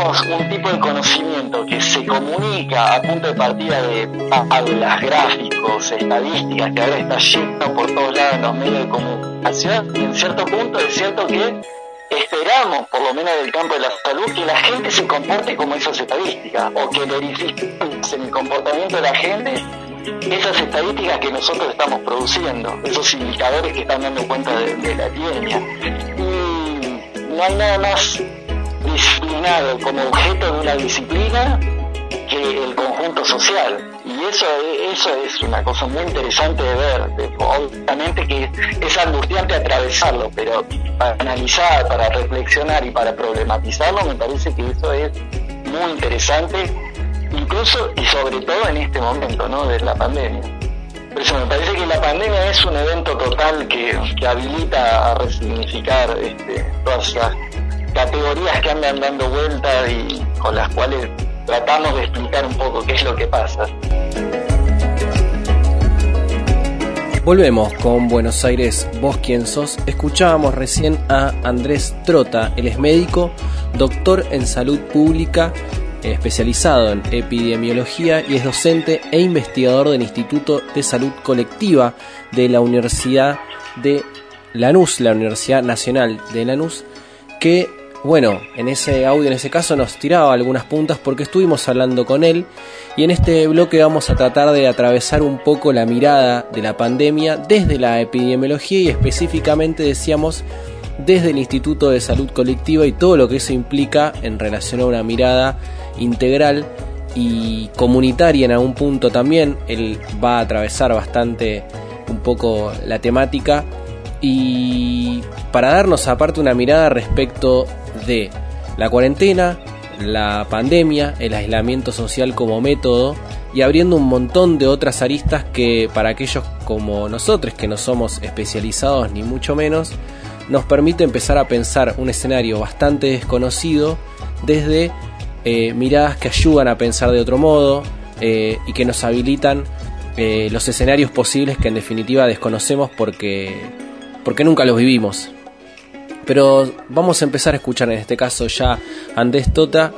tenemos un tipo de conocimiento que se comunica a punto de partida de tablas, gráficos, estadísticas, que ahora está lleno por todos lados en los medios de comunicación, y en cierto punto es cierto que esperamos, por lo menos del campo de la salud, que la gente se comporte como esas estadísticas, o que verifiquemos en el comportamiento de la gente esas estadísticas que nosotros estamos produciendo, esos indicadores que están dando cuenta de la epidemia. Y no hay nada más disciplinado como objeto de una disciplina que el conjunto social, y eso es una cosa muy interesante de ver. Obviamente que es angustiante atravesarlo, pero para analizar, para reflexionar y para problematizarlo, me parece que eso es muy interesante, incluso y sobre todo en este momento, ¿no?, de la pandemia. Por eso me parece que la pandemia es un evento total que habilita a resignificar todas las categorías que andan dando vuelta y con las cuales tratamos de explicar un poco qué es lo que pasa. Volvemos con Buenos Aires, vos quién sos. Escuchábamos recién a Andrés Trota. Él es médico, doctor en salud pública, especializado en epidemiología, y es docente e investigador del Instituto de Salud Colectiva de la Universidad de Lanús, la Universidad Nacional de Lanús, que, bueno, en ese audio, en ese caso, nos tiraba algunas puntas porque estuvimos hablando con él, y en este bloque vamos a tratar de atravesar un poco la mirada de la pandemia desde la epidemiología y específicamente, decíamos, desde el Instituto de Salud Colectiva y todo lo que eso implica en relación a una mirada integral y comunitaria en algún punto también. Él va a atravesar bastante un poco la temática, y para darnos aparte una mirada respecto de la cuarentena, la pandemia, el aislamiento social como método, y abriendo un montón de otras aristas que para aquellos como nosotros, que no somos especializados ni mucho menos, nos permite empezar a pensar un escenario bastante desconocido desde miradas que ayudan a pensar de otro modo, y que nos habilitan los escenarios posibles que en definitiva desconocemos porque nunca los vivimos. Pero vamos a empezar a escuchar en este caso ya Andrés Trota,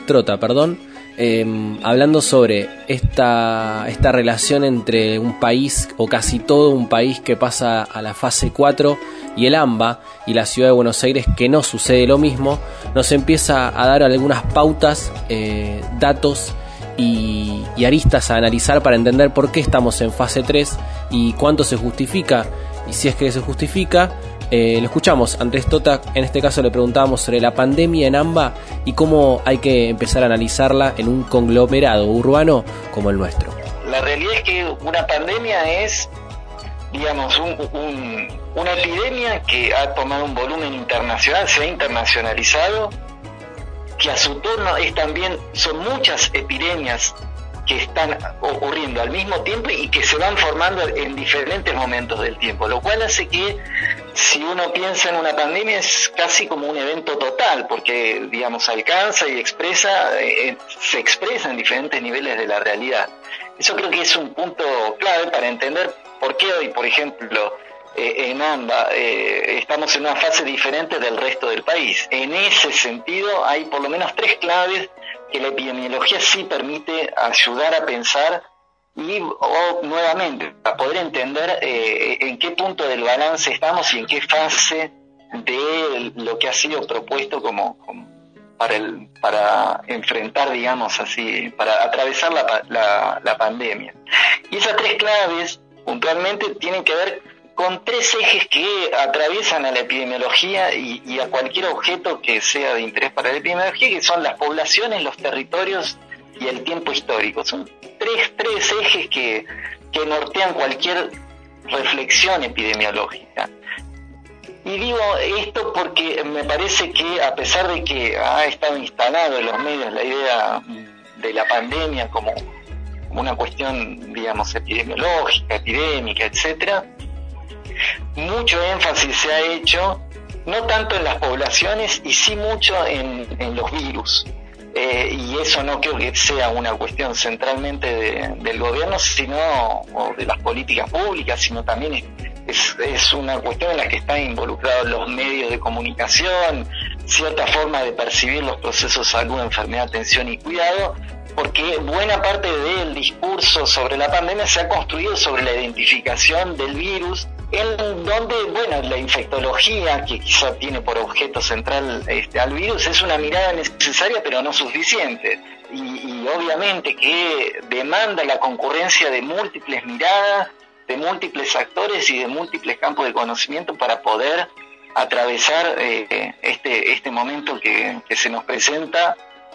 hablando sobre esta relación entre un país, o casi todo un país, que pasa a la fase 4 y el AMBA, y la ciudad de Buenos Aires, que no sucede lo mismo. Nos empieza a dar algunas pautas, datos y aristas a analizar para entender por qué estamos en fase 3 y cuánto se justifica, y si es que se justifica. Lo escuchamos, Andrés Trota. En este caso le preguntábamos sobre la pandemia en AMBA y cómo hay que empezar a analizarla en un conglomerado urbano como el nuestro. La realidad es que una pandemia es, digamos, una epidemia que ha tomado un volumen internacional, se ha internacionalizado, que a su turno son muchas epidemias que están ocurriendo al mismo tiempo y que se van formando en diferentes momentos del tiempo, lo cual hace que, si uno piensa en una pandemia, es casi como un evento total, porque, digamos, alcanza y se expresa en diferentes niveles de la realidad. Eso creo que es un punto clave para entender por qué hoy, por ejemplo, en AMBA estamos en una fase diferente del resto del país. En ese sentido hay por lo menos 3 claves que la epidemiología sí permite ayudar a pensar nuevamente a poder entender en qué punto del balance estamos y en qué fase de lo que ha sido propuesto como para enfrentar, digamos así, para atravesar la pandemia. Y esas 3 claves puntualmente tienen que ver con 3 ejes que atraviesan a la epidemiología y a cualquier objeto que sea de interés para la epidemiología, que son las poblaciones, los territorios y el tiempo histórico. Son tres ejes que nortean cualquier reflexión epidemiológica. Y digo esto porque me parece que, a pesar de que ha estado instalado en los medios la idea de la pandemia como una cuestión, digamos, epidemiológica, epidémica, etcétera, mucho énfasis se ha hecho no tanto en las poblaciones y sí mucho en los virus, y eso no creo que sea una cuestión centralmente del gobierno o de las políticas públicas, sino también es una cuestión en la que están involucrados los medios de comunicación, cierta forma de percibir los procesos de salud, enfermedad, atención y cuidado, porque buena parte del discurso sobre la pandemia se ha construido sobre la identificación del virus, en donde, bueno, la infectología, que quizá tiene por objeto central al virus, es una mirada necesaria pero no suficiente. Y obviamente que demanda la concurrencia de múltiples miradas, de múltiples actores y de múltiples campos de conocimiento para poder atravesar este momento que se nos presenta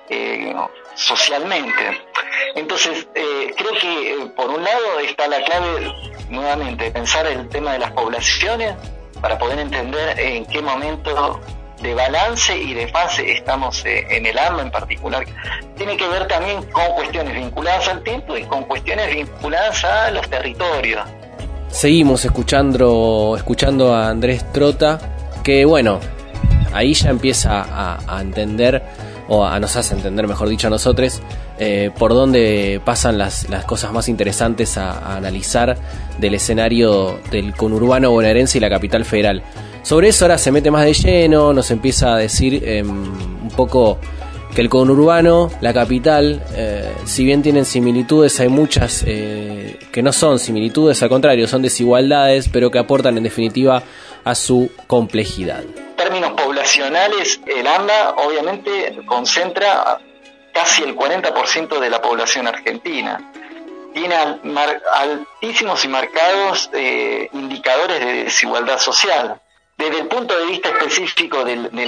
socialmente. Entonces, creo que por un lado está la clave, nuevamente, de pensar el tema de las poblaciones para poder entender en qué momento de balance y de fase estamos en el AMBA en particular. Tiene que ver también con cuestiones vinculadas al tiempo y con cuestiones vinculadas a los territorios. Seguimos escuchando a Andrés Trota, que bueno, ahí ya empieza a entender, o nos hace entender, mejor dicho, a nosotros, por dónde pasan las cosas más interesantes a analizar del escenario del conurbano bonaerense y la capital federal. Sobre eso ahora se mete más de lleno, nos empieza a decir un poco que el conurbano, la capital, si bien tienen similitudes, hay muchas que no son similitudes, al contrario, son desigualdades, pero que aportan en definitiva a su complejidad. En términos poblacionales, el AMBA obviamente concentra casi el 40% de la población argentina. Tiene altísimos y marcados indicadores de desigualdad social. Desde el punto de vista específico de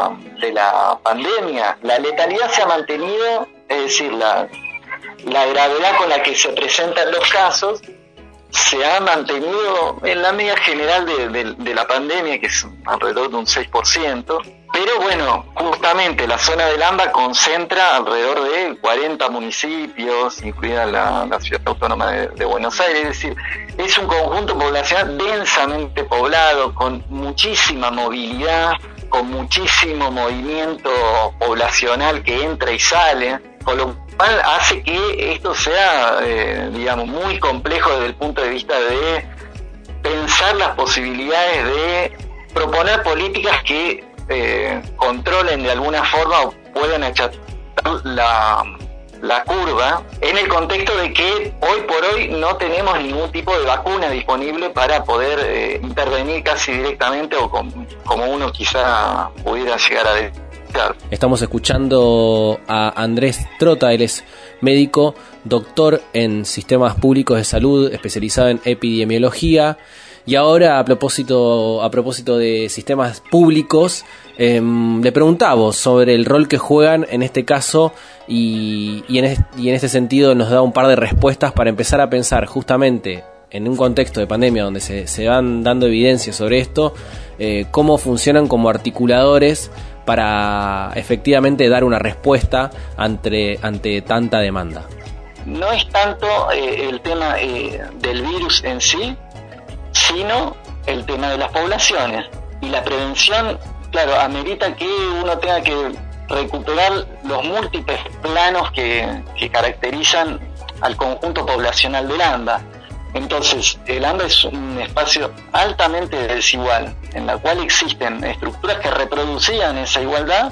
la pandemia, la letalidad se ha mantenido, es decir, la gravedad con la que se presentan los casos se ha mantenido en la media general de la pandemia, que es alrededor de un 6%, pero bueno, justamente la zona del AMBA concentra alrededor de 40 municipios, incluida la ciudad autónoma de Buenos Aires, es decir, es un conjunto poblacional densamente poblado, con muchísima movilidad, con muchísimo movimiento poblacional que entra y sale, con lo cual hace que esto sea, digamos, muy complejo desde el punto de vista de pensar las posibilidades de proponer políticas que controlen de alguna forma o puedan achatar la curva, en el contexto de que hoy por hoy no tenemos ningún tipo de vacuna disponible para poder intervenir casi directamente o como uno quizá pudiera llegar a decir. Estamos escuchando a Andrés Trota, él es médico, doctor en sistemas públicos de salud, especializado en epidemiología. Y ahora, a propósito de sistemas públicos, le preguntamos sobre el rol que juegan en este caso y en este sentido nos da un par de respuestas para empezar a pensar justamente en un contexto de pandemia donde se van dando evidencias sobre esto, cómo funcionan como articuladores para efectivamente dar una respuesta ante tanta demanda. No es tanto el tema del virus en sí, sino el tema de las poblaciones. Y la prevención, claro, amerita que uno tenga que recuperar los múltiples planos que caracterizan al conjunto poblacional del AMBA. Entonces, el AMBA es un espacio altamente desigual, en la cual existen estructuras que reproducían esa igualdad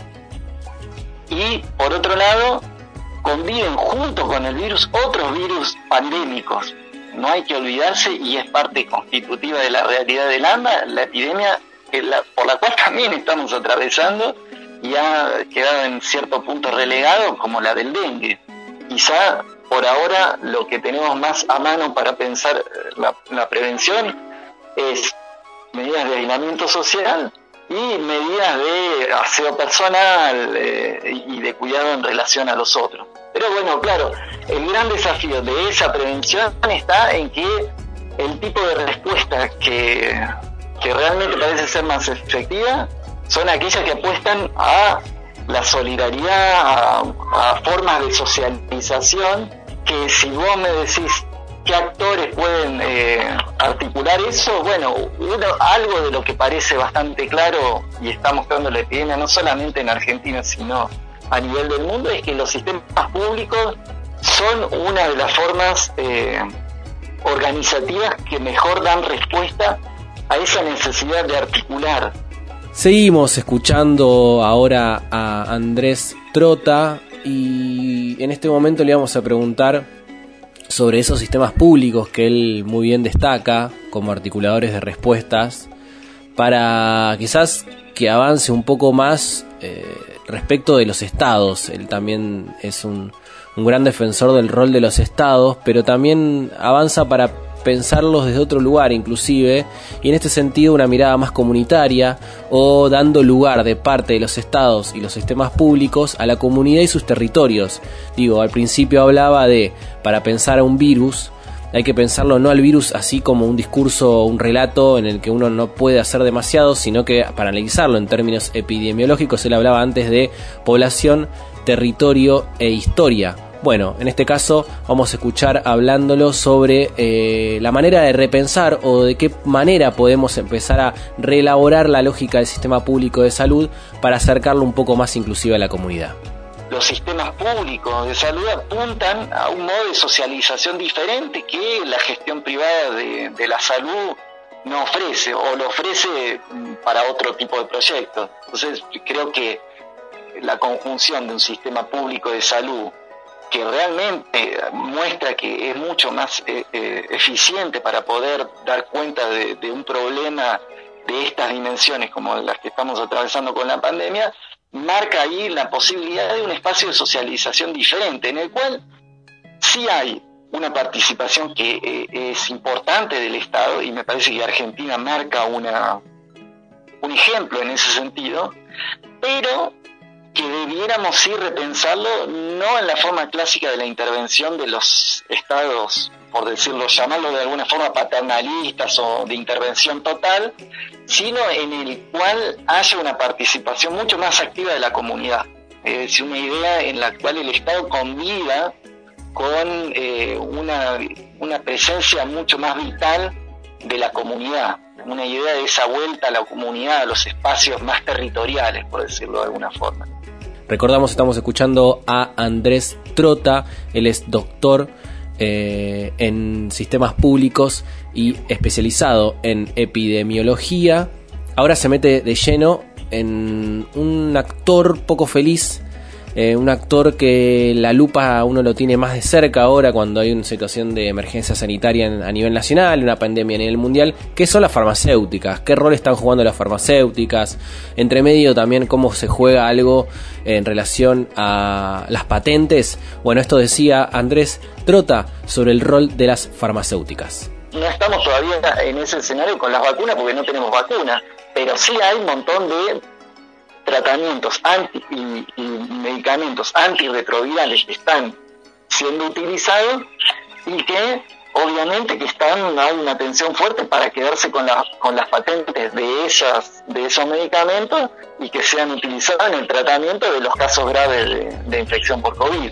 y, por otro lado, conviven junto con el virus otros virus pandémicos. No hay que olvidarse, y es parte constitutiva de la realidad del AMBA, la epidemia por la cual también estamos atravesando y ha quedado en cierto punto relegado, como la del dengue. Quizá por ahora lo que tenemos más a mano para pensar la prevención es medidas de aislamiento social y medidas de aseo personal y de cuidado en relación a los otros. Pero bueno, claro, el gran desafío de esa prevención está en que el tipo de respuesta que realmente parece ser más efectiva son aquellas que apuestan a la solidaridad, a formas de socialización, que si vos me decís qué actores pueden articular eso, bueno, algo de lo que parece bastante claro y está mostrando la epidemia no solamente en Argentina sino a nivel del mundo, es que los sistemas públicos son una de las formas organizativas que mejor dan respuesta a esa necesidad de articular Seguimos escuchando ahora a Andrés Trota y en este momento le vamos a preguntar sobre esos sistemas públicos que él muy bien destaca como articuladores de respuestas para quizás que avance un poco más respecto de los estados. Él también es un gran defensor del rol de los estados, pero también avanza para pensarlos desde otro lugar inclusive, y en este sentido una mirada más comunitaria o dando lugar de parte de los estados y los sistemas públicos a la comunidad y sus territorios. Al principio hablaba de, para pensar a un virus, hay que pensarlo no al virus así como un discurso, un relato en el que uno no puede hacer demasiado, sino que para analizarlo en términos epidemiológicos. Él hablaba antes de población, territorio e historia. Bueno, en este caso vamos a escuchar hablándolo sobre la manera de repensar o de qué manera podemos empezar a reelaborar la lógica del sistema público de salud para acercarlo un poco más inclusive a la comunidad. Los sistemas públicos de salud apuntan a un modo de socialización diferente que la gestión privada de la salud no ofrece o lo ofrece para otro tipo de proyectos. Entonces creo que la conjunción de un sistema público de salud que realmente muestra que es mucho más eficiente para poder dar cuenta de un problema de estas dimensiones como las que estamos atravesando con la pandemia, marca ahí la posibilidad de un espacio de socialización diferente, en el cual sí hay una participación que es importante del Estado, y me parece que Argentina marca un ejemplo en ese sentido, pero que debiéramos ir repensarlo no en la forma clásica de la intervención de los estados, por decirlo, llamarlo de alguna forma paternalistas o de intervención total, sino en el cual haya una participación mucho más activa de la comunidad. Es decir, una idea en la cual el Estado conviva con una presencia mucho más vital de la comunidad, una idea de esa vuelta a la comunidad, a los espacios más territoriales, por decirlo de alguna forma. Recordamos, estamos escuchando a Andrés Trota. Él es doctor en sistemas públicos y especializado en epidemiología. Ahora se mete de lleno en un actor poco feliz, un actor que la lupa uno lo tiene más de cerca ahora cuando hay una situación de emergencia sanitaria a nivel nacional, una pandemia a nivel mundial, que son las farmacéuticas. ¿Qué rol están jugando las farmacéuticas? Entre medio también cómo se juega algo en relación a las patentes. Bueno, esto decía Andrés Trota sobre el rol de las farmacéuticas. No estamos todavía en ese escenario con las vacunas porque no tenemos vacunas, pero sí hay un montón de tratamientos y medicamentos antirretrovirales que están siendo utilizados y que obviamente que hay una tensión fuerte para quedarse con las patentes de esos medicamentos y que sean utilizados en el tratamiento de los casos graves de infección por COVID.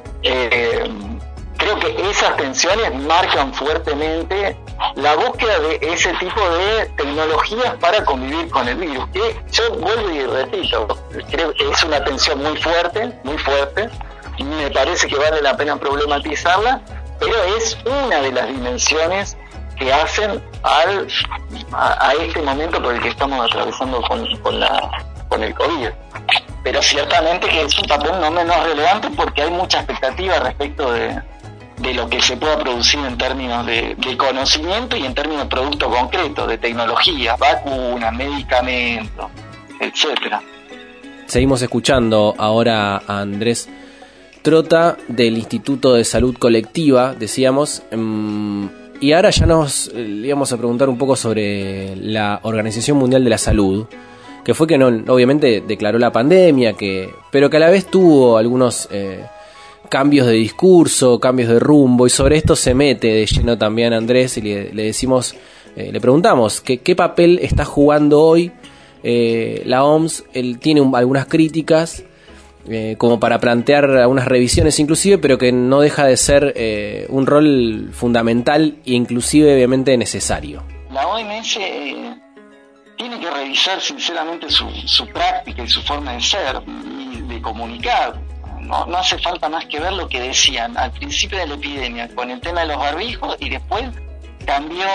Creo que esas tensiones marcan fuertemente la búsqueda de ese tipo de tecnologías para convivir con el virus, que yo vuelvo y repito, creo que es una tensión muy fuerte, y me parece que vale la pena problematizarla, pero es una de las dimensiones que hacen a este momento por el que estamos atravesando con el COVID. Pero ciertamente que es un papel no menos relevante porque hay mucha expectativa respecto de lo que se pueda producir en términos de conocimiento y en términos de productos concretos, de tecnología, vacunas, medicamentos, etcétera. Seguimos escuchando ahora a Andrés Trota del Instituto de Salud Colectiva, decíamos, y ahora ya nos íbamos a preguntar un poco sobre la Organización Mundial de la Salud, que fue que no, obviamente declaró la pandemia, pero que a la vez tuvo algunos cambios de discurso, cambios de rumbo, y sobre esto se mete de lleno también Andrés y le preguntamos qué papel está jugando hoy la OMS. Él tiene algunas críticas como para plantear algunas revisiones inclusive, pero que no deja de ser un rol fundamental e inclusive obviamente necesario. La OMS tiene que revisar sinceramente su práctica y su forma de ser y de comunicar. No hace falta más que ver lo que decían al principio de la epidemia con el tema de los barbijos y después cambió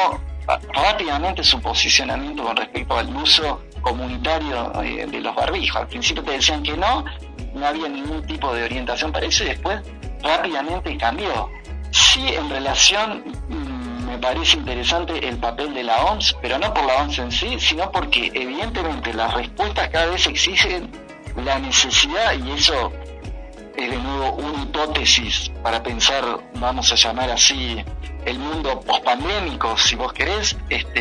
rápidamente su posicionamiento con respecto al uso comunitario de los barbijos. Al principio te decían que no había ningún tipo de orientación para eso, y después rápidamente cambió. Sí, en relación, me parece interesante el papel de la OMS, pero no por la OMS en sí, sino porque evidentemente las respuestas cada vez exigen la necesidad, y eso es de nuevo una hipótesis para pensar, vamos a llamar así, el mundo pospandémico, si vos querés,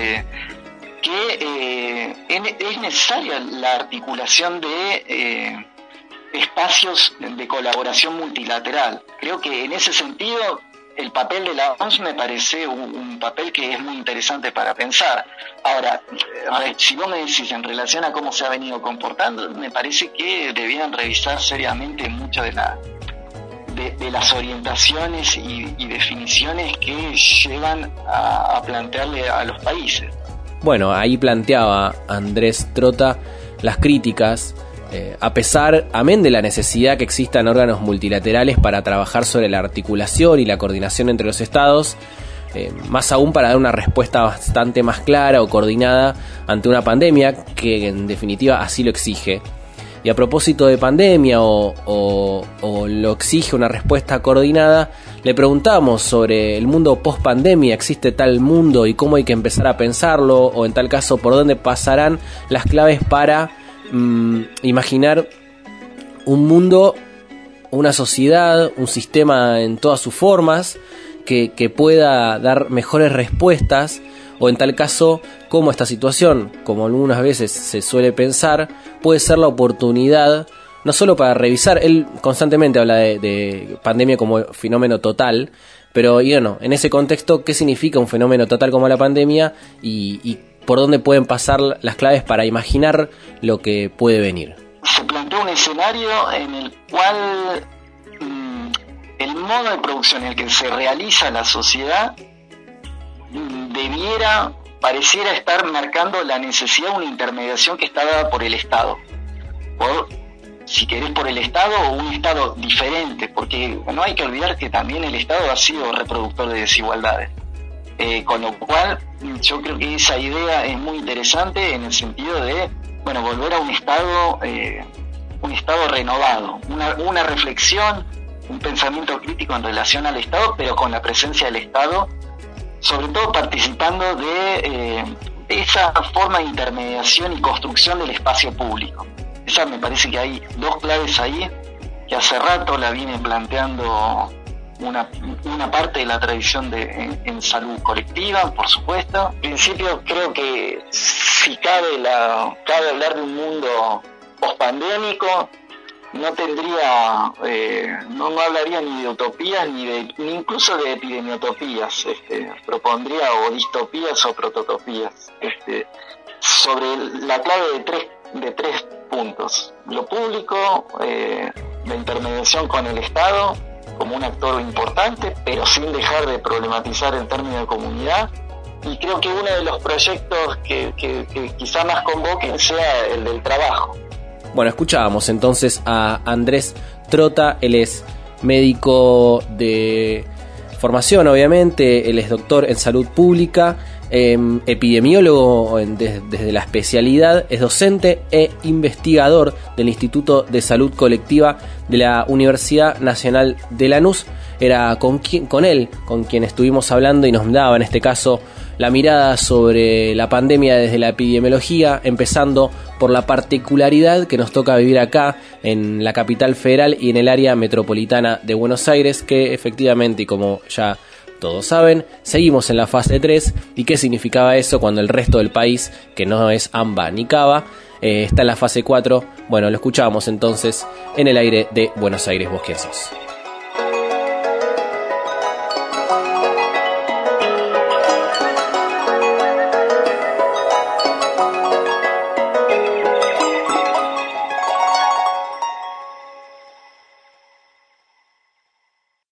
que es necesaria la articulación de espacios de colaboración multilateral. Creo que en ese sentido el papel de la OMS me parece un papel que es muy interesante para pensar. Ahora, si vos me decís en relación a cómo se ha venido comportando, me parece que debieran revisar seriamente muchas de las orientaciones y definiciones que llevan a plantearle a los países. Bueno, ahí planteaba Andrés Trota las críticas, amén de la necesidad que existan órganos multilaterales para trabajar sobre la articulación y la coordinación entre los estados, más aún para dar una respuesta bastante más clara o coordinada ante una pandemia que en definitiva así lo exige. Y a propósito de pandemia o lo exige una respuesta coordinada, le preguntamos sobre el mundo post pandemia. ¿Existe tal mundo y cómo hay que empezar a pensarlo? O en tal caso, ¿por dónde pasarán las claves para imaginar un mundo, una sociedad, un sistema en todas sus formas que pueda dar mejores respuestas? O en tal caso, cómo esta situación, como algunas veces se suele pensar, puede ser la oportunidad no solo para revisar. Él constantemente habla de pandemia como fenómeno total, pero bueno, en ese contexto, ¿qué significa un fenómeno total como la pandemia y por dónde pueden pasar las claves para imaginar lo que puede venir? Se planteó un escenario en el cual el modo de producción en el que se realiza la sociedad pareciera estar marcando la necesidad de una intermediación que está dada por el Estado, si querés por el Estado o un Estado diferente, porque no hay que olvidar que también el Estado ha sido reproductor de desigualdades, con lo cual yo creo que esa idea es muy interesante en el sentido de volver a un Estado renovado, una reflexión, un pensamiento crítico en relación al Estado, pero con la presencia del Estado, sobre todo participando de esa forma de intermediación y construcción del espacio público. Esa me parece que hay dos claves ahí, que hace rato la viene planteando una parte de la tradición en salud colectiva, por supuesto. En principio creo que si cabe hablar de un mundo pospandémico, no hablaría ni de utopías ni incluso de epidemiotopías, propondría o distopías o prototopías, sobre la clave de tres puntos: lo público, la intermediación con el Estado como un actor importante, pero sin dejar de problematizar en términos de comunidad. Y creo que uno de los proyectos que quizá más convoquen sea el del trabajo. Bueno, escuchábamos entonces a Andrés Trota. Él es médico de formación, obviamente. Él es doctor en salud pública, epidemiólogo desde la especialidad, es docente e investigador del Instituto de Salud Colectiva de la Universidad Nacional de Lanús. Era con él con quien estuvimos hablando y nos daba en este caso la mirada sobre la pandemia desde la epidemiología, empezando por la particularidad que nos toca vivir acá en la capital federal y en el área metropolitana de Buenos Aires, que efectivamente, y como ya todos saben, seguimos en la fase 3. ¿Y qué significaba eso cuando el resto del país, que no es AMBA ni CABA, está en la fase 4? Bueno, lo escuchábamos entonces en el aire de Buenos Aires, vos quién sos.